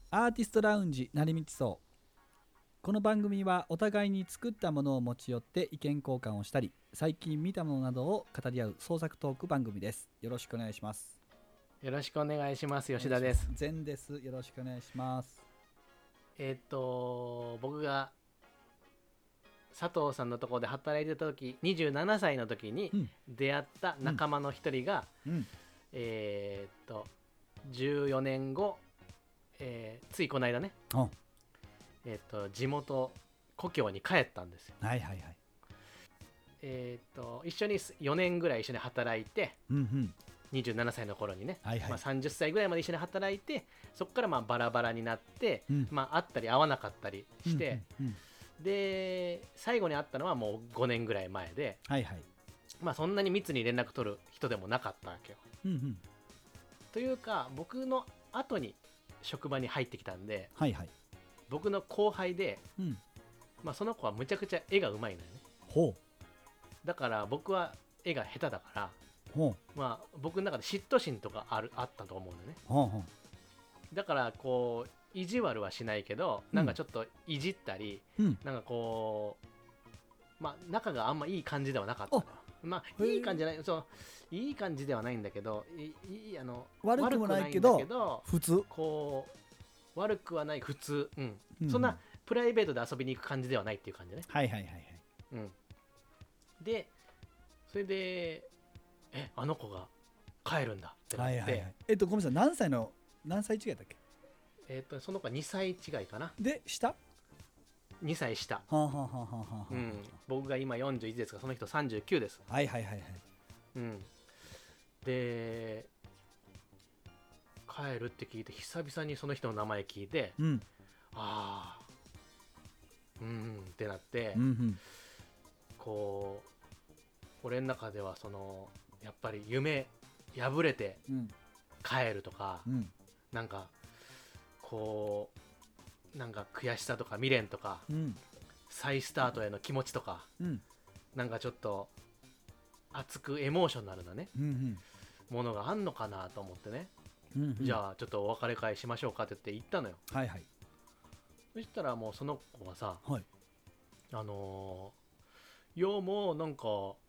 アーティストラウンジ成道荘。この番組はお互いに作ったものを持ち寄って意見交換をしたり、最近見たものなどを語り合う創作トーク番組です。よろしくお願いします。 よろしくお願いします。吉田です。 善です。よろしくお願いします。 僕が佐藤さんのところで働いてた時、27歳の時に出会った仲間の一人が、14年後、ついこの間ね、地元故郷に帰ったんですよ。 はいはいはい。 一緒に4年ぐらい一緒に働いて、27歳の頃にね、30歳ぐらいまで一緒に働いて、そこからまあバラバラになって、会ったり会わなかったりして、で最後に会ったのはもう5年ぐらい前で、そんなに密に連絡取る人でもなかったわけよ。というか僕の後に職場に入ってきたんで、僕の後輩で、その子はむちゃくちゃ絵がうまいのよね。だから僕は絵が下手だから、僕の中で嫉妬心とかあったと思うんだよね。だからこう意地悪はしないけど、なんかちょっといじったり、なんかこう仲があんまいい感じではなかったの。いい感じじゃない、いい感じではないんだけど、 悪くもないけど普通、 こう悪くはない普通、そんなプライベートで遊びに行く感じではないっていう感じね。でそれであの子が帰るんだってなって、 ごめんなさい、何歳違いだっけ？ その子は2歳違いかな。 で下 2歳下。僕が今41ですが、その人39です。で帰るって聞いて、久々にその人の名前聞いて、ってなって、こう俺の中ではやっぱり夢破れて帰るとか、なんかこうなんか悔しさとか未練とか、再スタートへの気持ちとか、なんかちょっと熱くエモーショナルなね、ものがあんのかなと思ってね、じゃあちょっとお別れ会しましょうかって言って行ったのよ。そしたらもうその子がさ、いやもうなんか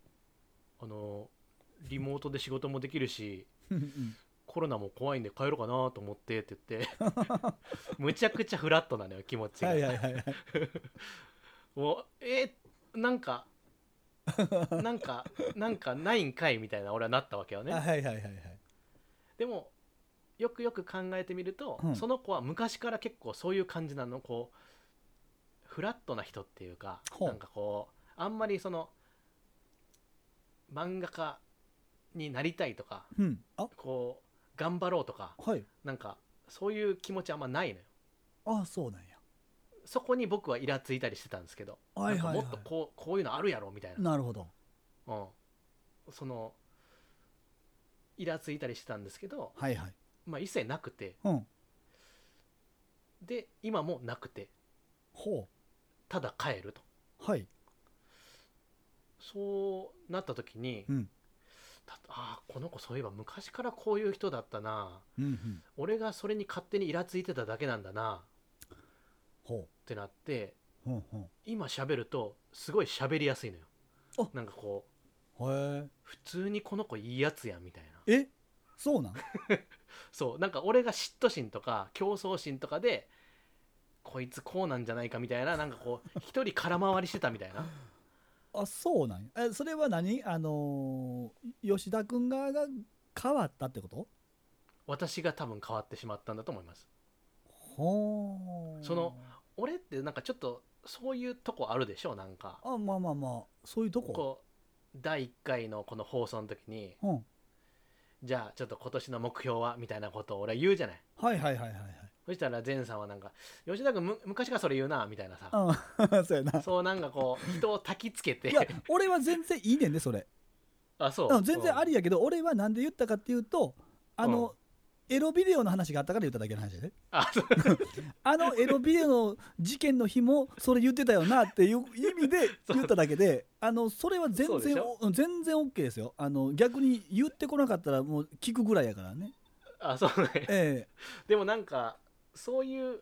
リモートで仕事もできるしコロナも怖いんで帰ろうかなと思ってって言ってむちゃくちゃフラットなのよ、気持ちが。もうなんかないんかいみたいな俺はなったわけよね。でもよくよく考えてみると、その子は昔から結構そういう感じなの。こうフラットな人っていうか、なんかこうあんまり漫画家になりたいとか、こう頑張ろうとか、なんかそういう気持ちあんまないのよ。 そうなんや。 そこに僕はイラついたりしてたんですけど、なんかもっとこういうのあるやろみたいな。 なるほど。 イラついたりしてたんですけど、一切なくて、で今もなくて、ただ帰ると。そうなった時に、この子そういえば昔からこういう人だったな、俺がそれに勝手にイラついてただけなんだなってなって、今喋るとすごい喋りやすいのよ。なんかこう普通にこの子いいやつやみたいな。 そうなんそう、なんか俺が嫉妬心とか競争心とかでこいつこうなんじゃないかみたいな、なんかこう一人空回りしてたみたいな。 そうなんや。それは何、吉田君側が変わったってこと？ 私が多分変わってしまったんだと思います。俺ってなんかちょっとそういうとこあるでしょ。なんかそういうとこ第1回のこの放送の時に、じゃあちょっと今年の目標はみたいなことを俺は言うじゃない。そしたら前さんはなんか、吉田君昔からそれ言うなみたいなさ、 そうやな。 そうなんかこう人を焚きつけていや俺は全然いいねんねそれ。全然ありやけど、俺はなんで言ったかっていうと、エロビデオの話があったから言っただけの話で、エロビデオの事件の日もそれ言ってたよなっていう意味で言っただけで、それは全然 OK ですよ。逆に言ってこなかったらもう聞くぐらいやからね。 そうね。でもなんかそういう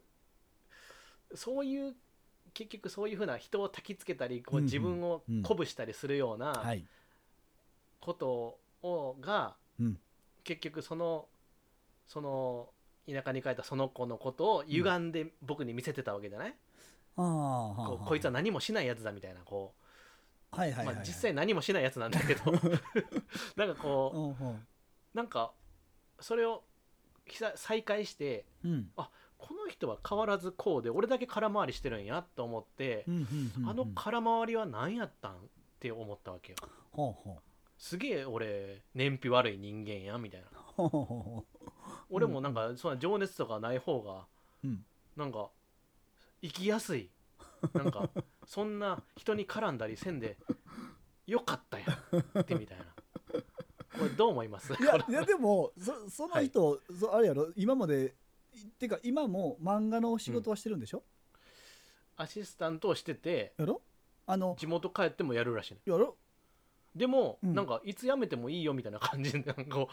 結局そういうふうな人を焚きつけたりこう自分を鼓舞したりするようなことが結局その田舎に帰ったその子のことを歪んで僕に見せてたわけじゃない、こいつは何もしないやつだみたいなこう、実際何もしないやつなんだけどなんかこうなんかそれを再会して、あこの人は変わらずこうで俺だけ空回りしてるんやと思って、あの空回りは何やったんって思ったわけよ。すげえ俺燃費悪い人間やみたいな俺もなんかそんな情熱とかない方がなんか生きやすいなんかそんな人に絡んだりせんでよかったやってみたいなこれどう思います？ いやでもその人、あれやろ今までってか今も漫画の仕事はしてるんでしょ、 アシスタントをしててやろ地元帰ってもやるらしいね。 やろでも、なんかいつ辞めてもいいよみたいな感じでなんかなんか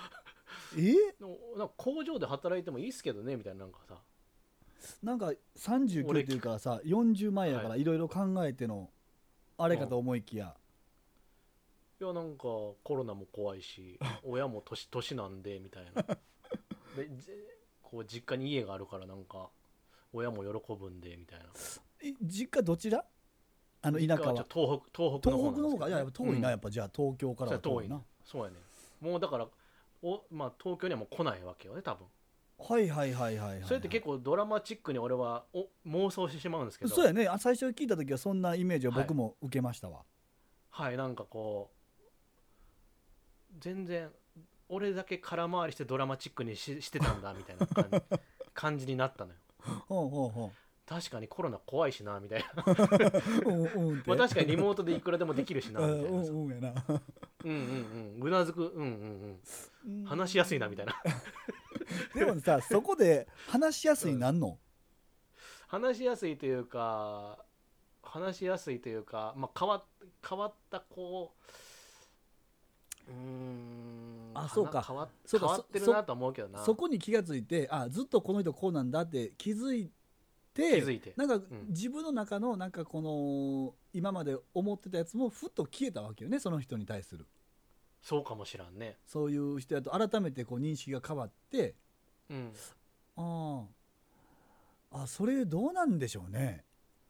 工場で働いてもいいっすけどねみたいななんかさなんか39っていうからさ40前やからいろいろ考えてのあれかと思いきや、 いやなんかコロナも怖いし親も年なんでみたいなでこう実家に家があるからなんか親も喜ぶんでみたいな。 実家どちら？田舎は東北の方の方がいや遠いな、やっぱじゃあ東京からは遠いな。 そうやね。もうだから東京にはもう来ないわけよね多分。 はいそれって結構ドラマチックに俺は妄想してしまうんですけど。 そうやね。最初聞いた時はそんなイメージを僕も受けましたわ。 はい、なんかこう全然俺だけ空回りしてドラマチックにしてたんだみたいな感じになったのよ。確かにコロナ怖いしなみたいなまあ確かにリモートでいくらでもできるしなみたいなうなずく話しやすいなみたいなでもさそこで話しやすいなんの、 話しやすいというかまあ変わったこうそうか変わってるなと思うけどな。 そこに気がついてずっとこの人こうなんだって気づいてなんか自分の中のなんかこの今まで思ってたやつもふっと消えたわけよねその人に対する。 そうかもしらんね。 そういう人やと改めてこう認識が変わって、それどうなんでしょうね。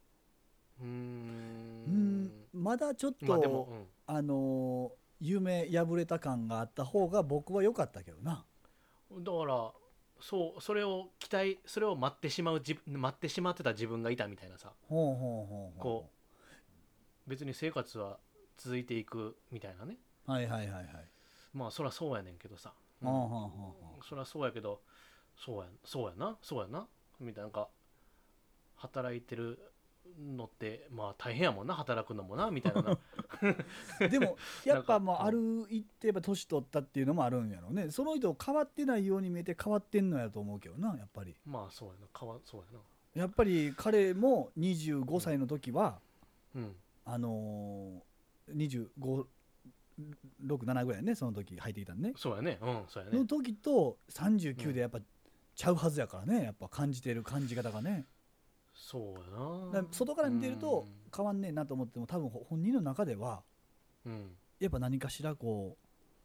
まだちょっと、でも夢破れた感があった方が僕は良かったけどな。 だからそれを待ってしまってた自分がいたみたいなさ。こう別に生活は続いていくみたいなね。まあそりゃそうやねんけどさ、そりゃそうやけどそうやなみたいな、なんか働いてるのってまあ大変やもんな働くのもなみたいなでもやっぱある一定やっぱ年取ったっていうのもあるんやろうね。その人変わってないように見えて変わってんのやと思うけどなやっぱり。 まあそうやなそうやな。 やっぱり彼も25歳の時は、25、6、7ぐらいねその時入ってきたんね。 そうやね。そうやね。 の時と39でやっぱちゃうはずやからね。やっぱ感じてる感じ方がね。 そうやな。 外から見てると変わんねえなと思っても多分本人の中では、やっぱ何かしらこ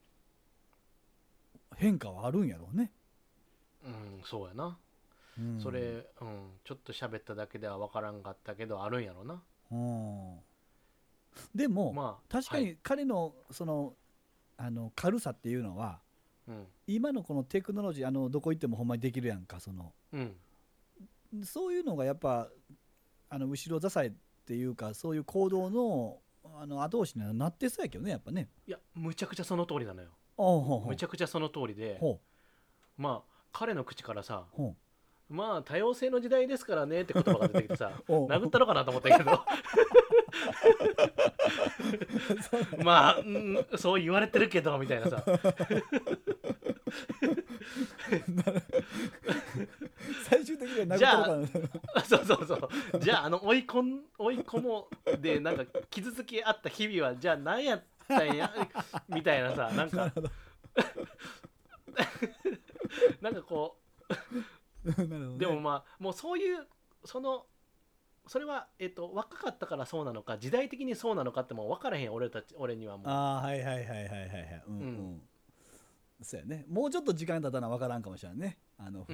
う変化はあるんやろうね。 そうやな。それちょっと喋っただけでは分からんかったけどあるんやろうな。 でも、確かに彼のその軽さっていうのは、今のこのテクノロジーどこ行ってもほんまにできるやんかそういうのがやっぱ後ろ支えっていうかそういう行動の後押しになってそうやけどねやっぱね。 いやむちゃくちゃその通りなのよ。むちゃくちゃその通りで、まあ彼の口からさまあ多様性の時代ですからねって言葉が出てきてさ殴ったのかなと思ったけどまあ、そう言われてるけどみたいなさ最終的には殴ったのかなそうじゃあ追い込もうでなんか傷つきあった日々はじゃあ何やったんやみたいなさなんかなんかこうでもまあもうそういうそれは、若かったからそうなのか時代的にそうなのかってもう分からへん俺にはもう。 ああはいはいはいはいはいはい。うん、うん、そうやね。もうちょっと時間経ったら分からんかもしれないね。うん、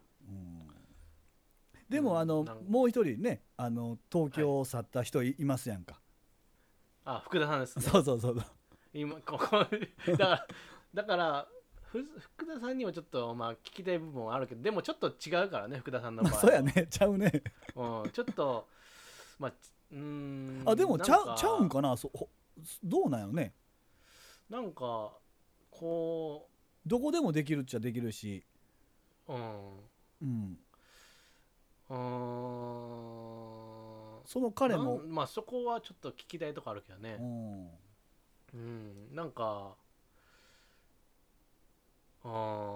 でももう一人ね東京を去った人いますやんか。 あ、福田さんですね。 そうそうそう。 今ここだから福田さんにもちょっとまあ聞きたい部分はあるけど、でもちょっと違うからね福田さんの場合は。 そうやね、ちゃうね。 ちょっとまあでもちゃうんかな。どうなんよね。 なんかこうどこでもできるっちゃできるし、その彼もまあそこはちょっと聞きたいとこあるけどね。なんかま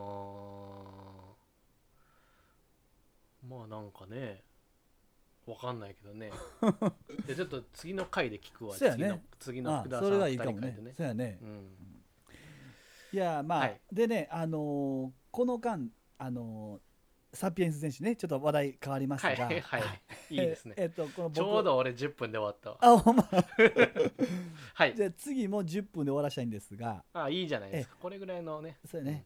あなんかねわかんないけどね。でちょっと次の回で聞くわ。 そうやね、 次の福田さんそれがいいかもね。そうやね、いやまあ、でねこの間サピエンス戦士ね、ちょっと話題変わりますが、 はいはい、いいですね。 このちょうど俺10分で終わったわ。 あ、ほんま。 はい。 じゃあ次も10分で終わらしたいんですが、 いいじゃないですか。これぐらいのね。 そうやね。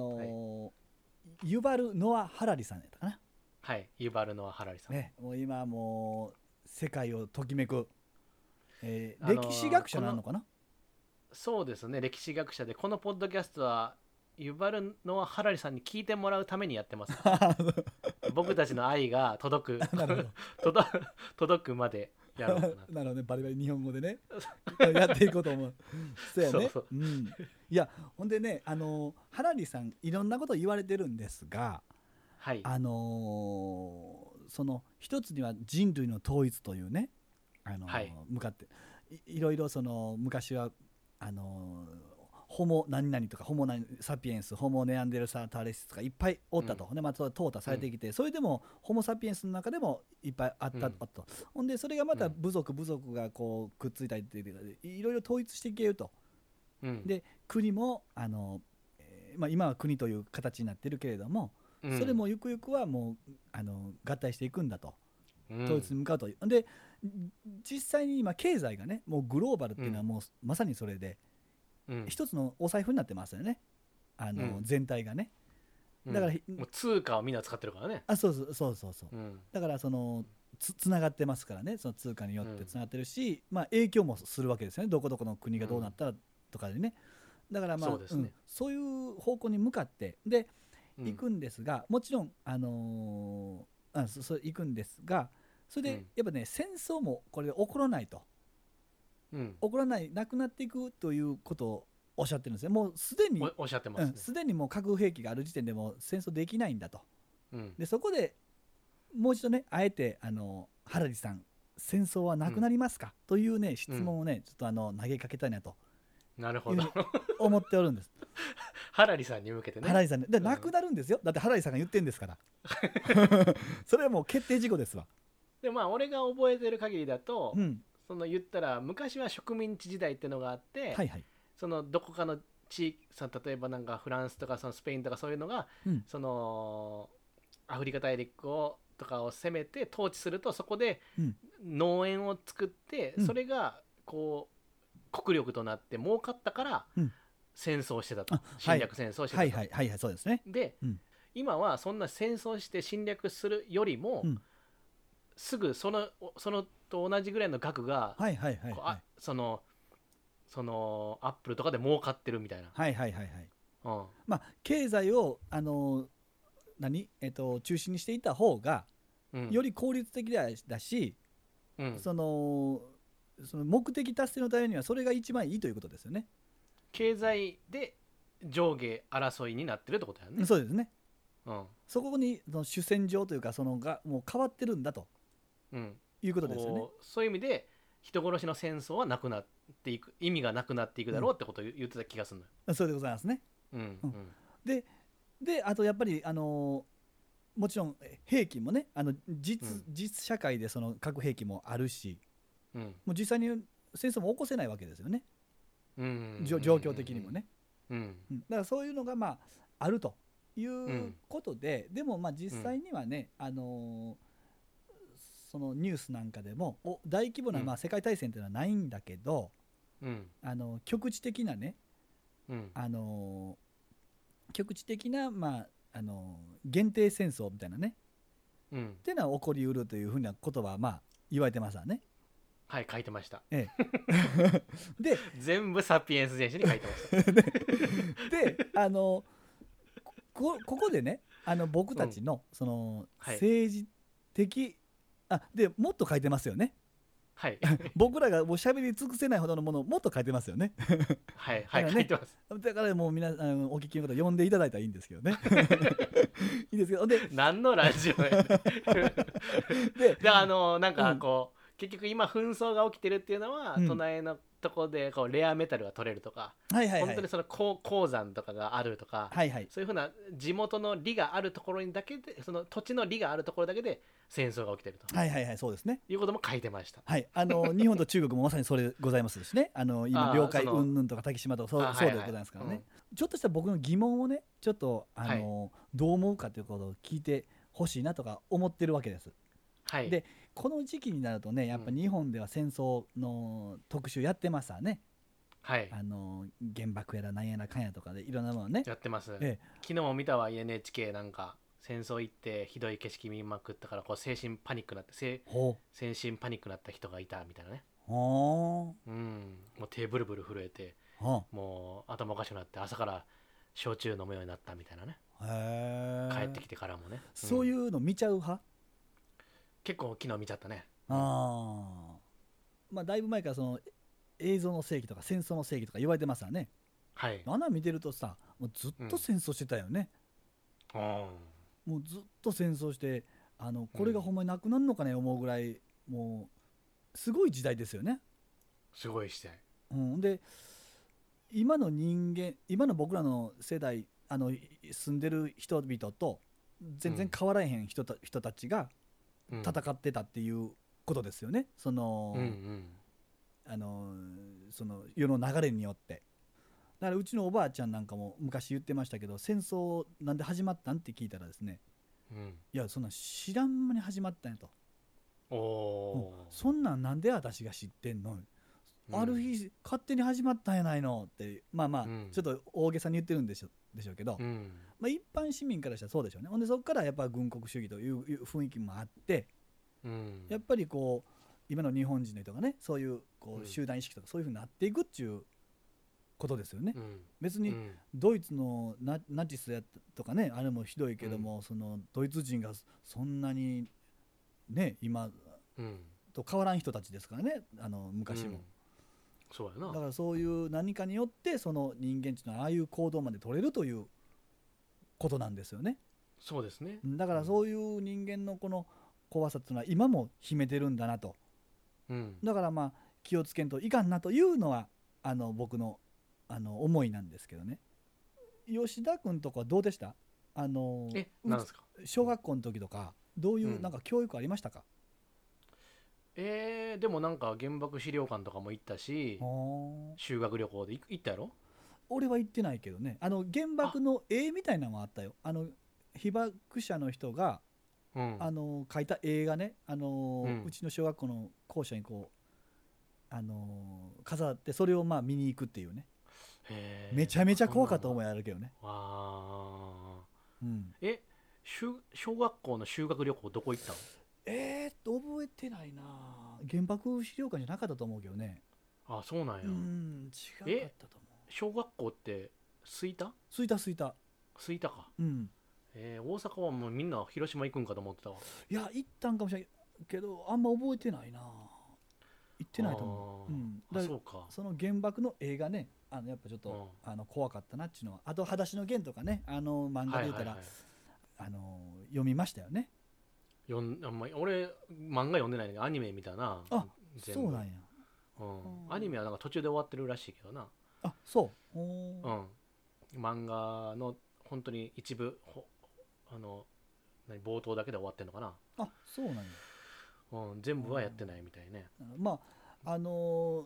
ユバル・ノア・ハラリさんやったかな。 はい、ユバル・ノア・ハラリさん。 ね、もう今もう世界をときめく、歴史学者なのかな。 そうですね、歴史学者で、このポッドキャストはユバル・ノア・ハラリさんに聞いてもらうためにやってます。僕たちの愛が届くまでやろうかな。 なるほどね、バリバリ日本語でねやっていこうと思う。そうやね。いやほんでね、ハラリさんいろんなこと言われてるんですが、 はい、 その一つには人類の統一というね、 はい、 向かっていろいろその昔はホモ何々とかホモサピエンス、ホモネアンデルサータレスとかいっぱいおったと、でまた淘汰されてきて、それでもホモサピエンスの中でもいっぱいあったと、ほんでそれがまた部族がこうくっついたりっていろいろ統一していけると、で国も今は国という形になってるけれども、それもゆくゆくはもう合体していくんだと、統一に向かうという。で実際に今経済がねもうグローバルっていうのはもうまさにそれで、一つのお財布になってますよね、全体がね。だからもう通貨をみんな使ってるからね。 そう、だからそのつながってますからね、その通貨によってつながってるし、まあ影響もするわけですよね、どこどこの国がどうなったらとかでね。だからまあそういう方向に向かってで行くんですが、もちろん行くんですが、それでやっぱね戦争もこれで起こらないと、起こらない、なくなっていくということをおっしゃってるんですね。もうすでにおっしゃってますね。 すでにもう核兵器がある時点でもう戦争できないんだと、でそこでもう一度ねあえてハラリさん戦争はなくなりますか、というね質問をねちょっと投げかけたいなと。 なるほど思っておるんです。 ハラリさんに向けてね。 ハラリさんでなくなるんですよ。だってハラリさんが言ってんですからそれはもう決定事項ですわ。 でまあ俺が覚えてる限りだと、その言ったら昔は植民地時代っていうのがあって、そのどこかの地域、例えばなんかフランスとかそのスペインとかそういうのが、そのアフリカ大陸とかを攻めて統治すると、そこで農園を作って、それがこう国力となって儲かったから戦争してたと、侵略戦争してたと。 そうですね。 で、今はそんな戦争して侵略するよりも、すぐそのと同じぐらいの額がそのアップルとかで儲かってるみたいな。まあ経済を中心にしていた方がより効率的だし、その目的達成のためにはそれが一番いいということですよね。 経済で上下争いになってるってことやね。 そうですね。そこに主戦場というかがもう変わってるんだと、いうことですよね。 そういう意味で人殺しの戦争はなくなっていく、意味がなくなっていくだろうってことを言ってた気がするのよ。 そうでございますね。であとやっぱりもちろん兵器もね実社会でその核兵器もあるし、もう実際に戦争も起こせないわけですよね、状況的にもね。だからそういうのがまああるということで、でもまあ実際にはね、そのニュースなんかでも大規模なまあ世界大戦っていうのはないんだけど、局地的なね、局地的なまあ限定戦争みたいなね、っていうのは起こりうるというふうなことはまあ言われてますわね。 はい、書いてました。 で全部サピエンス全史に書いてました。 でここでね僕たちのその政治的、でもっと書いてますよね。 はい、 僕らがもう喋り尽くせないほどのものをもっと書いてますよね。 はいはい、ね、書いてます。 だからもう皆さんお聞きの方読んでいただいたらいいんですけどね。いいですけど、で何のラジオやでなんかこう、結局今紛争が起きてるっていうのは、隣のとこでこうレアメタルが取れるとか、本当にその鉱山とかがあるとか、そういうふうな地元の利があるところにだけで、その土地の利があるところだけで戦争が起きてると、 そうですね、 いうことも書いてました。 日本と中国もまさにそれございますしね、今領海云々とか竹島とかそうでございますからね。ちょっとした僕の疑問をね、ちょっとどう思うかということを聞いてほしいなとか思ってるわけです。でこの時期になるとね、やっぱ日本では戦争の特集やってますわね。原爆やらなんやらかんやとかでいろんなものねやってます。昨日も見たわ、 NHK なんか戦争行ってひどい景色見まくったからこう精神パニックになって精神パニックになった人がいたみたいなね。もう手ブルブル震えて、もう頭おかしくなって朝から焼酎飲むようになったみたいなね。帰ってきてからもね、 そういうの見ちゃう派？ 結構昨日見ちゃったね。 まあだいぶ前からその映像の正義とか戦争の正義とか言われてますわね。あんな見てるとさ、もうずっと戦争してたよね。もうずっと戦争してこれがほんまになくなるのかね思うぐらい、もうすごい時代ですよね。 すごい時代。 で今の人間、今の僕らの世代住んでる人々と全然変わらへん人たちが戦ってたっていうことですよね。その世の流れによって。だからうちのおばあちゃんなんかも昔言ってましたけど、戦争なんで始まったんって聞いたらですね、いやそんなん知らん間に始まったんやと。そんなんなんで私が知ってんの、ある日勝手に始まったんやないのって、まあちょっと大げさに言ってるんでしょうけど、一般市民からしたらそうでしょうね。ほんでそこからやっぱ軍国主義という雰囲気もあって、やっぱりこう今の日本人の人がね、そういうこう集団意識とかそういうふうになっていくっていうことですよね。別にドイツのナチスやとかね、あれもひどいけども、そのドイツ人がそんなにね今と変わらん人たちですからね、昔も。 そうやな。 だからそういう何かによってその人間っていうのはああいう行動まで取れるということなんですよね。 そうですね。 だからそういう人間のこの怖さっていうのは今も秘めてるんだなと。だからまあ気をつけんといかんなというのは僕の思いなんですけどね。吉田君とかどうでした？ 何ですか？ 小学校の時とかどういうなんか教育ありましたか？ でもなんか原爆資料館とかも行ったし、修学旅行で行ったやろ？ 俺は行ってないけどね。原爆の絵みたいなのもあったよ。被爆者の人が、描いた映画ね、うちの小学校の校舎にこう飾って、それをまあ見に行くっていうね。めちゃめちゃ怖かった思いあるけどね。 小学校の修学旅行どこ行ったの？ 覚えてないな。原爆資料館じゃなかったと思うけどね。 そうなんや。 違かったと思う。 小学校って吹田か。大阪はもうみんな広島行くんかと思ってたわ。 いや行ったんかもしれないけどあんま覚えてないな。行ってないと思う。 そうか。 その原爆の映画ね、やっぱちょっと怖かったなっていうのは、あと裸足の弦とかね、漫画で言ったら、読みましたよね。 俺漫画読んでないんだけどアニメ見たな。 そうなんや。 アニメはなんか途中で終わってるらしいけどな。 そう漫画の本当に一部冒頭だけで終わってんのかな。 そうなんや。 全部はやってないみたいね。 まあ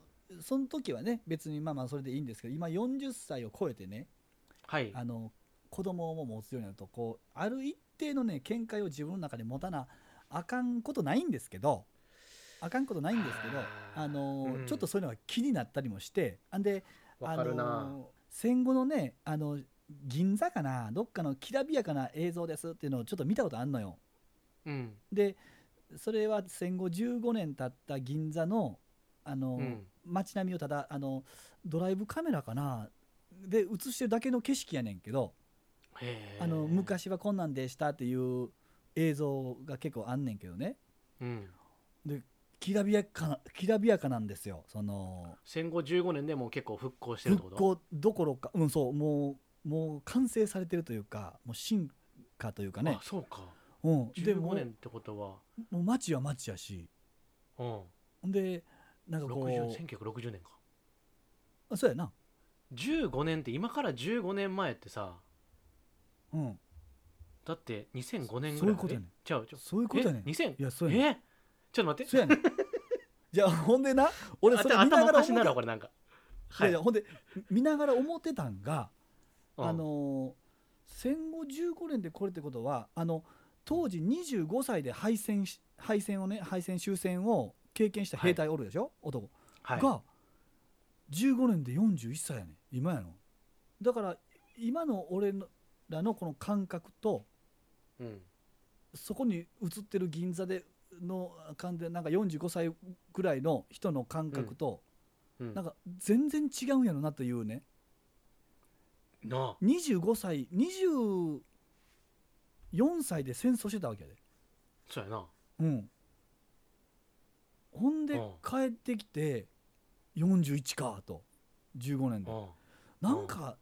その時はね別にまあそれでいいんですけど、今40歳を超えてね、 子供も持つようになるとこうある一定のね見解を自分の中で持たなあかんことないんですけどちょっとそういうのが気になったりもしてで戦後のね銀座かなどっかのきらびやかな映像ですっていうのをちょっと見たことあんのよ、でそれは戦後15年経った銀座の街並みをただドライブカメラかなで映してるだけの景色やねんけど昔はこんなんでしたっていう映像が結構あんねんけどね、できらびやかなんですよ。 戦後15年でもう結構復興してるってこと？ 復興どころか、そうもう完成されてるというかもう進化というかね。 あ、そうか。 15 年ってことはもう街は街やし、でなんかこう 1960年か。 そうやな。 15年って今から15年前ってさ、だって2005年ぐらい。そういうことやねん。 そういうことやねん。 2000？ いやそうやねん。 ちょっと待って。 そうやねん。じゃあほんでな、俺それ見ながら頭おかしならこれなんか。 いやほんで見ながら思ってたんが、戦後15年でこれってことは当時25歳で敗戦終戦を経験した兵隊おるでしょ、男が15年で41歳やねん今やの。だから今の俺らのこの感覚と、そこに映ってる銀座での感じでなんか45歳ぐらいの人の感覚と、なんか全然違うんやろなというね。25歳24歳で戦争してたわけやで。 そうやな。 ほんで帰ってきて41かと15年で、なんか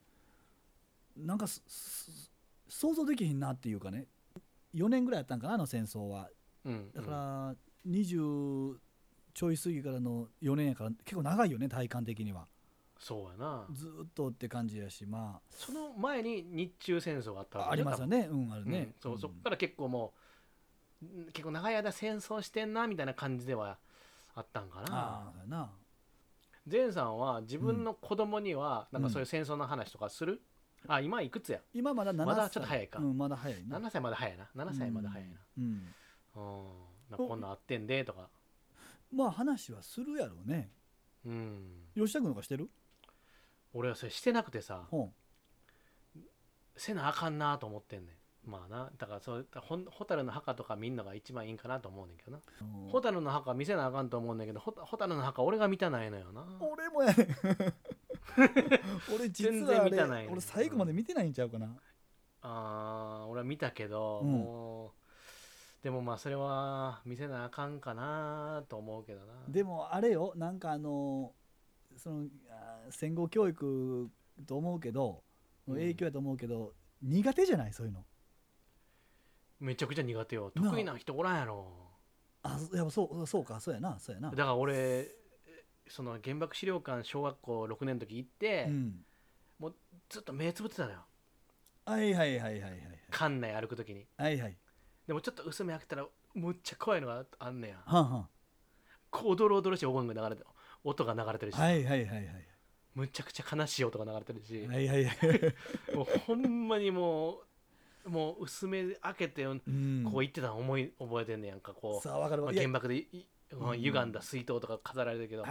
想像できひんなっていうかね。4年ぐらいやったんかな戦争は、だから20ちょい過ぎからの4年やから結構長いよね体感的には。 そうやな。 ずっとって感じやし、 その前に日中戦争があったわけありますよね。あるね。 そっから結構もう結構長い間戦争してんなみたいな感じではあったんかな。前さんは自分の子供にはなんかそういう戦争の話とかする？今いくつや？ 今まだ7歳。 まだちょっと早いか。 まだ早いな。 7歳まだ早いな。7歳まだ早いな。こんなんあってんでとか。 話はするやろうね。吉田君とかしてる？ 俺はそれしてなくてさ、せなあかんなと思ってんねん。だからそう蛍の墓とか見んのが一番いいんかなと思うねんけどな。蛍の墓見せなあかんと思うねんけど、蛍の墓俺が見たないのよな。 俺もやねん。俺実は俺最後まで見てないんちゃうかな。 俺は見たけど、もうでもそれは見せなあかんかなと思うけどな。 でもあれよ、なんか戦後教育と思うけど、影響やと思うけど、苦手じゃないそういうの。 めちゃくちゃ苦手よ。得意な人おらんやろ。 やっぱそうか、そうやな。 だから俺その原爆資料館小学校6年の時行って、もうずっと目つぶってたのよ。館内歩く時に。でもちょっと薄目開けたらむっちゃ怖いのがあんねや。おどろおどろしい音が流れてるし、むちゃくちゃ悲しい音が流れてるし、もうほんまにもう薄目開けてこう言ってたの覚えてんねやんか。こう原爆で歪んだ水筒とか飾られてるけど、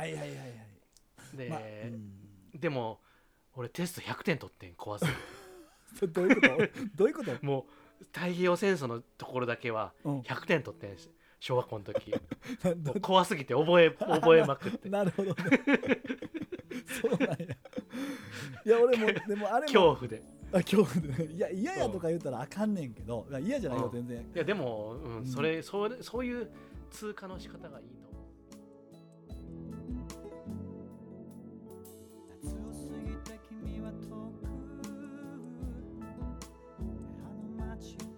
でも俺テスト100点取ってん。怖すぎて。 どういうこともう太平洋戦争のところだけは100点取ってんし、小学校の時怖すぎて覚えまくって。 なるほどね。そうなんや。いや俺もでもあれも恐怖でね。いや嫌やとか言ったらあかんねんけど、嫌じゃないよ全然。 いやでもそういう通過の仕方がいいと思う。 強すぎて君は遠くあの街